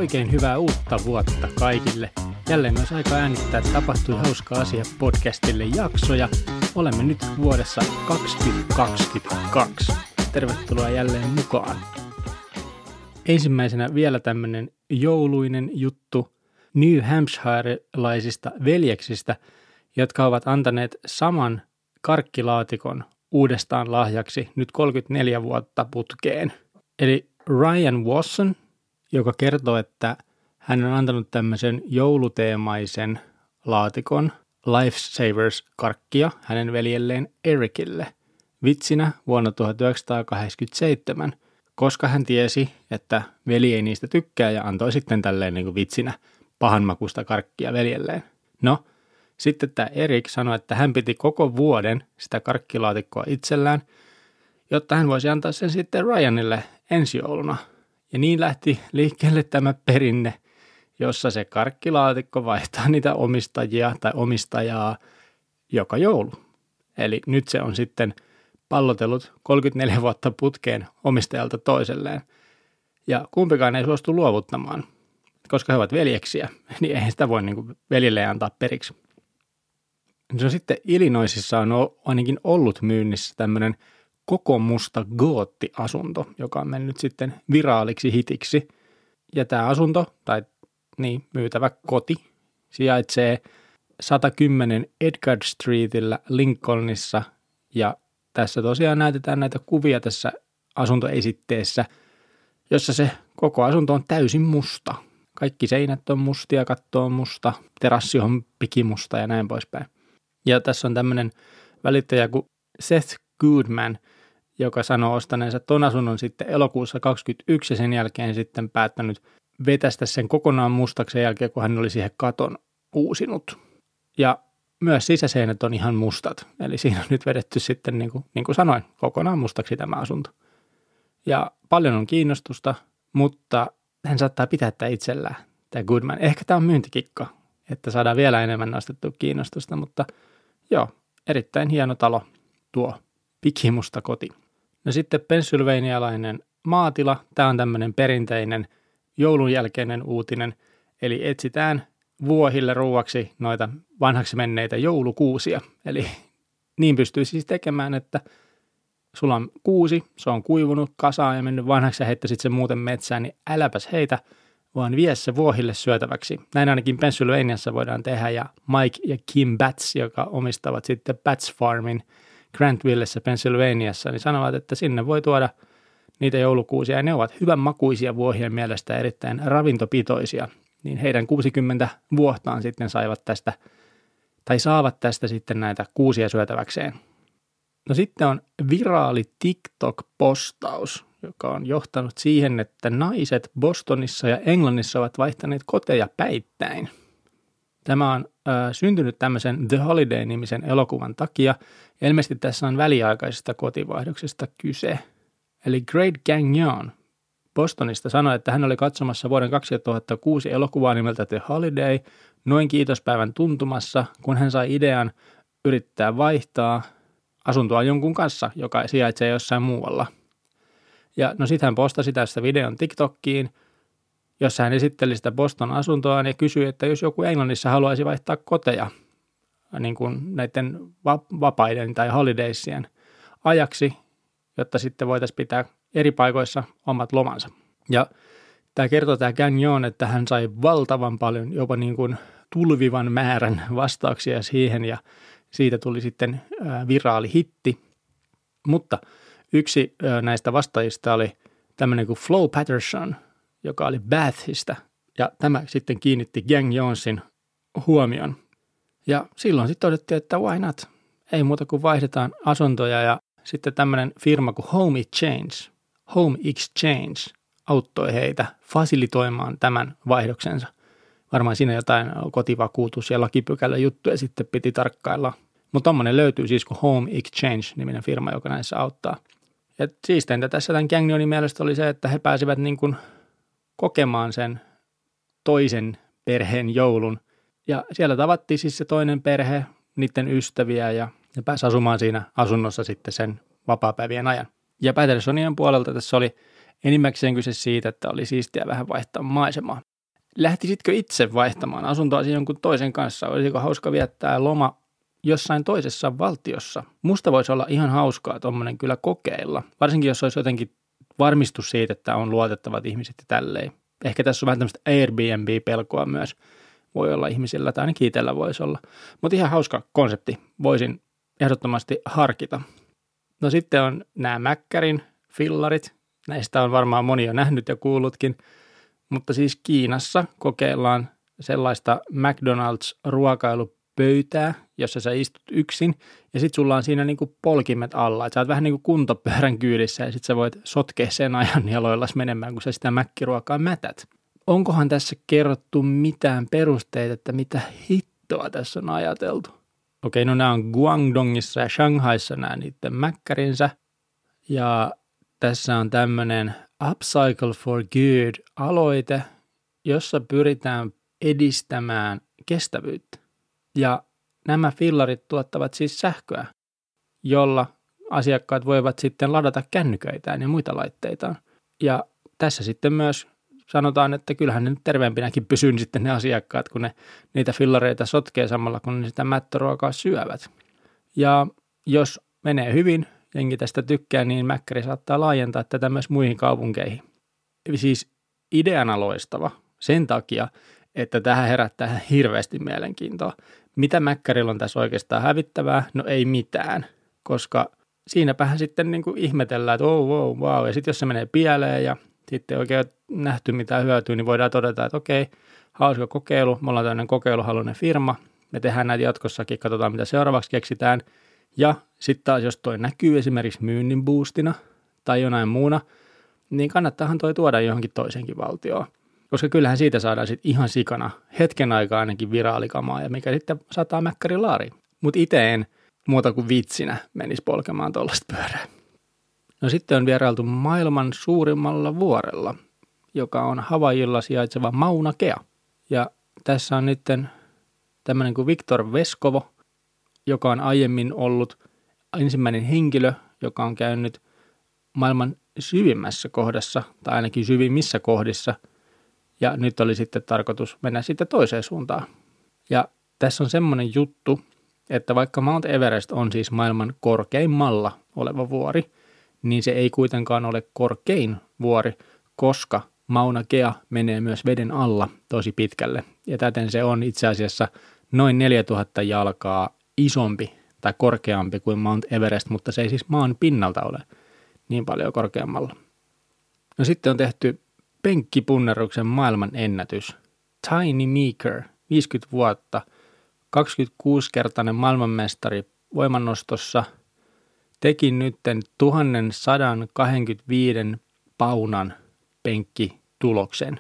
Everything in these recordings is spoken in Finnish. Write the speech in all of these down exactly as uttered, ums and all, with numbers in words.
Oikein hyvää uutta vuotta kaikille. Jälleen olisi aika äänittää Tapahtui hauska asia podcastille jaksoja. Olemme nyt vuodessa kaksituhattakaksikymmentäkaksi. Tervetuloa jälleen mukaan. Ensimmäisenä vielä tämmöinen jouluinen juttu New Hampshirelaisista veljeksistä, jotka ovat antaneet saman karkkilaatikon uudestaan lahjaksi nyt kolmekymmentäneljä vuotta putkeen. Eli Ryan Wasson, joka kertoo, että hän on antanut tämmöisen jouluteemaisen laatikon Lifesavers-karkkia hänen veljelleen Ericille vitsinä vuonna tuhatyhdeksänsataakahdeksankymmentäseitsemän, koska hän tiesi, että veli ei niistä tykkää ja antoi sitten tälleen niin kuin vitsinä pahanmakuista karkkia veljelleen. No, sitten tämä Eric sanoi, että hän piti koko vuoden sitä karkkilaatikkoa itsellään, jotta hän voisi antaa sen sitten Ryanille ensi jouluna. Ja niin lähti liikkeelle tämä perinne, jossa se karkkilaatikko vaihtaa niitä omistajia tai omistajaa joka joulu. Eli nyt se on sitten pallotellut kolmekymmentäneljä vuotta putkeen omistajalta toiselleen. Ja kumpikaan ei suostu luovuttamaan, koska he ovat veljeksiä, niin eihän sitä voi niin kuin veljille antaa periksi. Se on sitten Illinoisissa on ainakin ollut myynnissä tämmöinen koko musta gootti-asunto, joka on mennyt sitten viraaliksi hitiksi. Ja tämä asunto, tai niin, myytävä koti, sijaitsee sata kymmenen Edgard Streetillä Lincolnissa. Ja tässä tosiaan näytetään näitä kuvia tässä asuntoesitteessä, jossa se koko asunto on täysin musta. Kaikki seinät on mustia, katto on musta, terassi on pikimusta ja näin poispäin. Ja tässä on tämmöinen välittäjä kuin Seth Goodman, joka sanoo ostaneensa ton asunnon sitten elokuussa kaksikymmentäyksi ja sen jälkeen sitten päättänyt vetästä sen kokonaan mustaksi sen jälkeen, kun hän oli siihen katon uusinut. Ja myös sisäseinät on ihan mustat, eli siinä on nyt vedetty sitten, niin kuin, niin kuin sanoin, kokonaan mustaksi tämä asunto. Ja paljon on kiinnostusta, mutta hän saattaa pitää tätä itsellään, tämä Goodman. Ehkä tämä on myyntikikka, että saadaan vielä enemmän nostettua kiinnostusta, mutta joo, erittäin hieno talo tuo pikimusta koti. No sitten pennsylvanialainen maatila, tämä on tämmöinen perinteinen joulun jälkeinen uutinen, eli etsitään vuohille ruuaksi noita vanhaksi menneitä joulukuusia. Eli niin pystyy siis tekemään, että sulla on kuusi, se on kuivunut kasaan ja mennyt vanhaksi ja heittäisit sen muuten metsään, niin äläpäs heitä, vaan vie se vuohille syötäväksi. Näin ainakin Pennsylvaniassa voidaan tehdä, ja Mike ja Kim Batts, joka omistavat sitten Batts Farmin Grantvillessä Pennsylvaniassa, niin sanovat, että sinne voi tuoda niitä joulukuusia, ja ne ovat hyvän makuisia vuohien mielestä, erittäin ravintopitoisia. Niin heidän kuusikymmentä vuohtaan sitten saivat tästä, tai saavat tästä sitten näitä kuusia syötäväkseen. No sitten on viraali TikTok-postaus, joka on johtanut siihen, että naiset Bostonissa ja Englannissa ovat vaihtaneet koteja päittäin. Tämä on äh, syntynyt tämmöisen The Holiday-nimisen elokuvan takia, ja ilmeisesti tässä on väliaikaisesta kotivaihdoksesta kyse. Eli Greg Gagnon Bostonista sanoi, että hän oli katsomassa vuoden kaksituhattakuusi elokuvaa nimeltä The Holiday noin kiitospäivän tuntumassa, kun hän sai idean yrittää vaihtaa asuntoa jonkun kanssa, joka sijaitsee jossain muualla. Ja no sitten hän postasi tästä videon TikTokkiin, jossa hän esitteli sitä Boston asuntoaan ja kysyi, että jos joku Englannissa haluaisi vaihtaa koteja niin kuin näiden vapaiden tai holidaysien ajaksi, jotta sitten voitaisiin pitää eri paikoissa omat lomansa. Ja tämä kertoo tämä Gagnon, että hän sai valtavan paljon, jopa niin kuin tulvivan määrän vastauksia siihen, ja siitä tuli sitten viraali hitti. Mutta yksi näistä vastaajista oli tämmöinen kuin Flo Patterson, joka oli Bathista, ja tämä sitten kiinnitti Gagnonsin huomion. Ja silloin sitten todettiin, että why not? Ei muuta kuin vaihdetaan asuntoja, ja sitten tämmöinen firma kuin Home Exchange, Home Exchange auttoi heitä fasilitoimaan tämän vaihdoksensa. Varmaan siinä jotain kotivakuutus- ja lakipykälä juttuja sitten piti tarkkailla. Mutta tommoinen löytyy siis kuin Home Exchange-niminen firma, joka näissä auttaa. Ja siisteintä tässä tämän Gagnonin mielestä oli se, että he pääsivät niin kuin kokemaan sen toisen perheen joulun. Ja siellä tavattiin siis se toinen perhe, niiden ystäviä, ja ne pääsi asumaan siinä asunnossa sitten sen vapaapäivien ajan. Ja Pattersonien puolelta tässä oli enimmäkseen kyse siitä, että oli siistiä vähän vaihtaa maisemaa. Lähtisitkö itse vaihtamaan asuntoasi jonkun toisen kanssa? Olisiko hauska viettää loma jossain toisessa valtiossa? Musta voisi olla ihan hauskaa tuommoinen kyllä kokeilla, varsinkin jos olisi jotenkin varmistus siitä, että on luotettavat ihmiset ja tälleen. Ehkä tässä on vähän tämmöistä Airbnb-pelkoa myös. Voi olla ihmisillä, tai ainakin itsellä voisi olla. Mutta ihan hauska konsepti. Voisin ehdottomasti harkita. No sitten on nämä Mäkkärin fillarit. Näistä on varmaan moni jo nähnyt ja kuullutkin. Mutta siis Kiinassa kokeillaan sellaista McDonald's-ruokailupöytää, jossa sä istut yksin. Ja sit sulla on siinä niinku polkimet alla. Et sä oot vähän niin kuin kuntopyörän kyydissä ja sit sä voit sotkea sen ajan jaloillas menemään, kun sä sitä mäkkiruokaa mätät. Onkohan tässä kerrottu mitään perusteita, että mitä hittoa tässä on ajateltu? Okei, no nämä on Guangdongissa ja Shanghaissa nämä niiden mäkkärinsä. Ja tässä on tämmöinen Upcycle for Good-aloite, jossa pyritään edistämään kestävyyttä. Ja nämä fillarit tuottavat siis sähköä, jolla asiakkaat voivat sitten ladata kännyköitään ja muita laitteitaan. Ja tässä sitten myös sanotaan, että kyllähän ne nyt terveempinäkin pysyy sitten ne asiakkaat, kun ne niitä fillareita sotkee samalla, kun ne sitä mättöruokaa syövät. Ja jos menee hyvin, jengi tästä tykkää, niin Mäkkäri saattaa laajentaa tätä myös muihin kaupunkeihin. Siis ideana loistava sen takia, että tähän herättää hirveästi mielenkiintoa. Mitä Mäkkärillä on tässä oikeastaan hävittävää? No ei mitään, koska siinäpähän sitten niin kuin ihmetellään, että oh, wow, wow. Ja sitten jos se menee pieleen ja sitten ei oikein nähty mitään hyötyä, niin voidaan todeta, että okei, hauska kokeilu, me ollaan tämmöinen kokeiluhaluinen firma, me tehdään näitä jatkossakin, katsotaan mitä seuraavaksi keksitään. Ja sitten taas, jos toi näkyy esimerkiksi myynnin boostina tai jonain muuna, niin kannattaahan toi tuoda johonkin toisenkin valtioon. Koska kyllähän siitä saadaan sitten ihan sikana hetken aikaa ainakin viraalikamaa ja mikä sitten saattaa Mäkkärin laariin. Mutta itse en muuta kuin vitsinä menisi polkemaan tuollaista pyörää. No sitten on vierailtu maailman suurimmalla vuorella, joka on Havaijilla sijaitseva Mauna Kea. Ja tässä on nyt tämmöinen kuin Viktor Veskovo, joka on aiemmin ollut ensimmäinen henkilö, joka on käynyt maailman syvimmässä kohdassa, tai ainakin syvimmissä kohdissa, ja nyt oli sitten tarkoitus mennä sitten toiseen suuntaan. Ja tässä on semmoinen juttu, että vaikka Mount Everest on siis maailman korkeimmalla oleva vuori, niin se ei kuitenkaan ole korkein vuori, koska Mauna Kea menee myös veden alla tosi pitkälle. Ja täten se on itse asiassa noin neljätuhatta jalkaa isompi tai korkeampi kuin Mount Everest, mutta se ei siis maan pinnalta ole niin paljon korkeammalla. No sitten on tehty penkkipunnerruksen maailman ennätys. Tiny Meeker, viisikymmentä vuotta, kaksikymmentäkuusikertainen maailmanmestari voimannostossa, teki nytten tuhat sata kaksikymmentäviisi paunan penkkituloksen.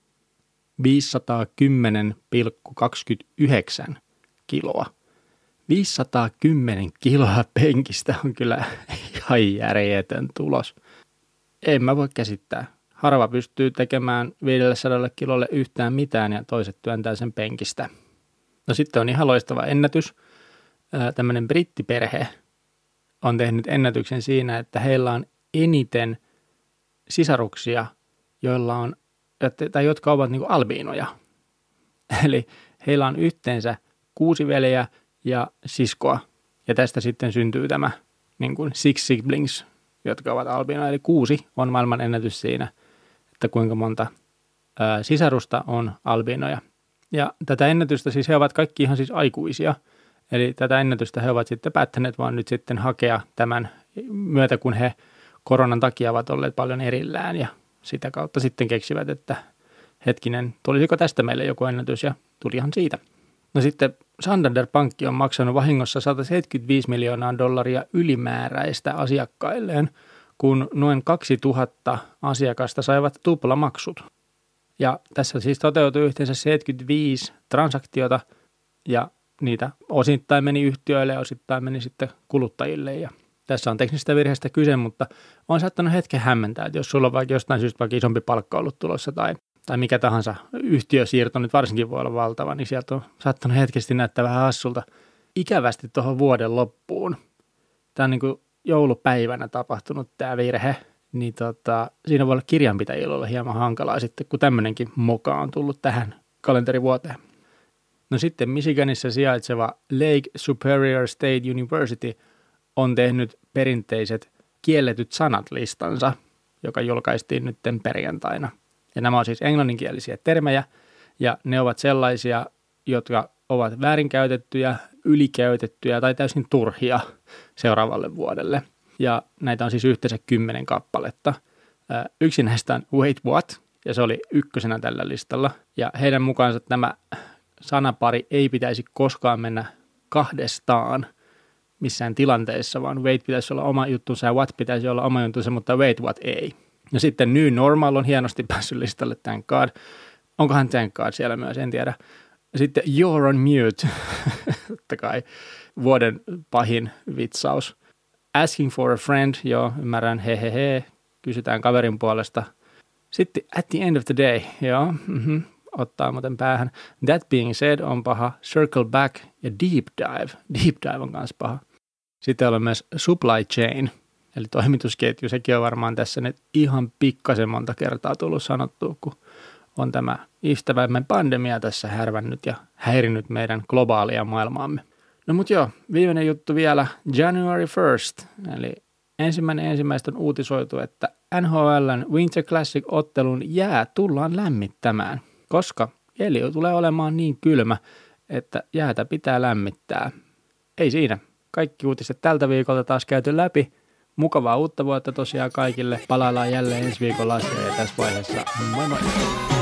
viisisataakymmenen pilkku kaksikymmentäyhdeksän kiloa. viisisataakymmenen kiloa penkistä on kyllä ihan järjetön tulos. En mä voi käsittää. Harva pystyy tekemään viisisataa kilolle yhtään mitään ja toiset työntää sen penkistä. No sitten on ihan loistava ennätys. Tämmöinen brittiperhe on tehnyt ennätyksen siinä, että heillä on eniten sisaruksia, joilla on, tai jotka ovat niin kuin albiinoja. Eli heillä on yhteensä kuusi veljeä ja siskoa. Ja tästä sitten syntyy tämä niin kuin six siblings, jotka ovat albiinoja. Eli kuusi on maailman ennätys siinä, että kuinka monta ää, sisarusta on albiinoja. Ja tätä ennätystä siis he ovat kaikki ihan siis aikuisia. Eli tätä ennätystä he ovat sitten päättäneet vaan nyt sitten hakea tämän myötä, kun he koronan takia ovat olleet paljon erillään ja sitä kautta sitten keksivät, että hetkinen, tulisiko tästä meille joku ennätys ja tulihan siitä. No sitten Santander Pankki on maksanut vahingossa sata seitsemänkymmentäviisi miljoonaa dollaria ylimääräistä asiakkailleen, kun noin kaksituhatta asiakasta saivat tuplamaksut. Ja tässä siis toteutui yhteensä seitsemänkymmentäviisi transaktiota ja niitä osittain meni yhtiöille ja osittain meni sitten kuluttajille. Ja tässä on teknisestä virheestä kyse, mutta on saattanut hetken hämmentää, että jos sulla on vaikka jostain syystä vaikka isompi palkka ollut tulossa tai, tai mikä tahansa yhtiösiirto nyt varsinkin voi olla valtava, niin sieltä on saattanut hetkesti näyttää vähän hassulta. Ikävästi tuohon vuoden loppuun. Tämä on niin kuin joulupäivänä tapahtunut tämä virhe, niin tota, siinä voi olla kirjanpitäjillä olla hieman hankalaa sitten, kun tämmöinenkin moka on tullut tähän kalenterivuoteen. No sitten Michiganissa sijaitseva Lake Superior State University on tehnyt perinteiset kielletyt sanat listansa, joka julkaistiin nytten perjantaina. Ja nämä on siis englanninkielisiä termejä, ja ne ovat sellaisia, jotka ovat väärinkäytettyjä, ylikäytettyjä tai täysin turhia seuraavalle vuodelle. Ja näitä on siis yhteensä kymmenen kappaletta. Yksi näistä on wait what, ja se oli ykkösenä tällä listalla. Ja heidän mukaansa tämä sanapari ei pitäisi koskaan mennä kahdestaan missään tilanteessa, vaan wait pitäisi olla oma juttunsa ja what pitäisi olla oma juttunsa, mutta wait what ei. Ja sitten New Normal on hienosti päässyt listalle, thank God. Onkohan thank God siellä myös, en tiedä. Sitten You're on mute, totta kai vuoden pahin vitsaus. Asking for a friend, joo, ymmärrän, he he he, kysytään kaverin puolesta. Sitten at the end of the day, joo, mm-hmm, ottaa muuten päähän. That being said on paha, circle back ja deep dive. Deep dive on myös paha. Sitten on myös supply chain, eli toimitusketju, sekin on varmaan tässä nyt ihan pikkasen monta kertaa tullut sanottua, kun on tämä ystävämme pandemia tässä härvännyt ja häirinyt meidän globaalia maailmaamme. No mut joo, viimeinen juttu vielä, January first, eli ensimmäinen ensimmäistä on uutisoitu, että N H L:n Winter Classic-ottelun jää tullaan lämmittämään, koska keli tulee olemaan niin kylmä, että jäätä pitää lämmittää. Ei siinä. Kaikki uutiset tältä viikolta taas käyty läpi. Mukavaa uutta vuotta tosiaan kaikille. Palaillaan jälleen ensi viikolla ja tässä vaiheessa moi moi!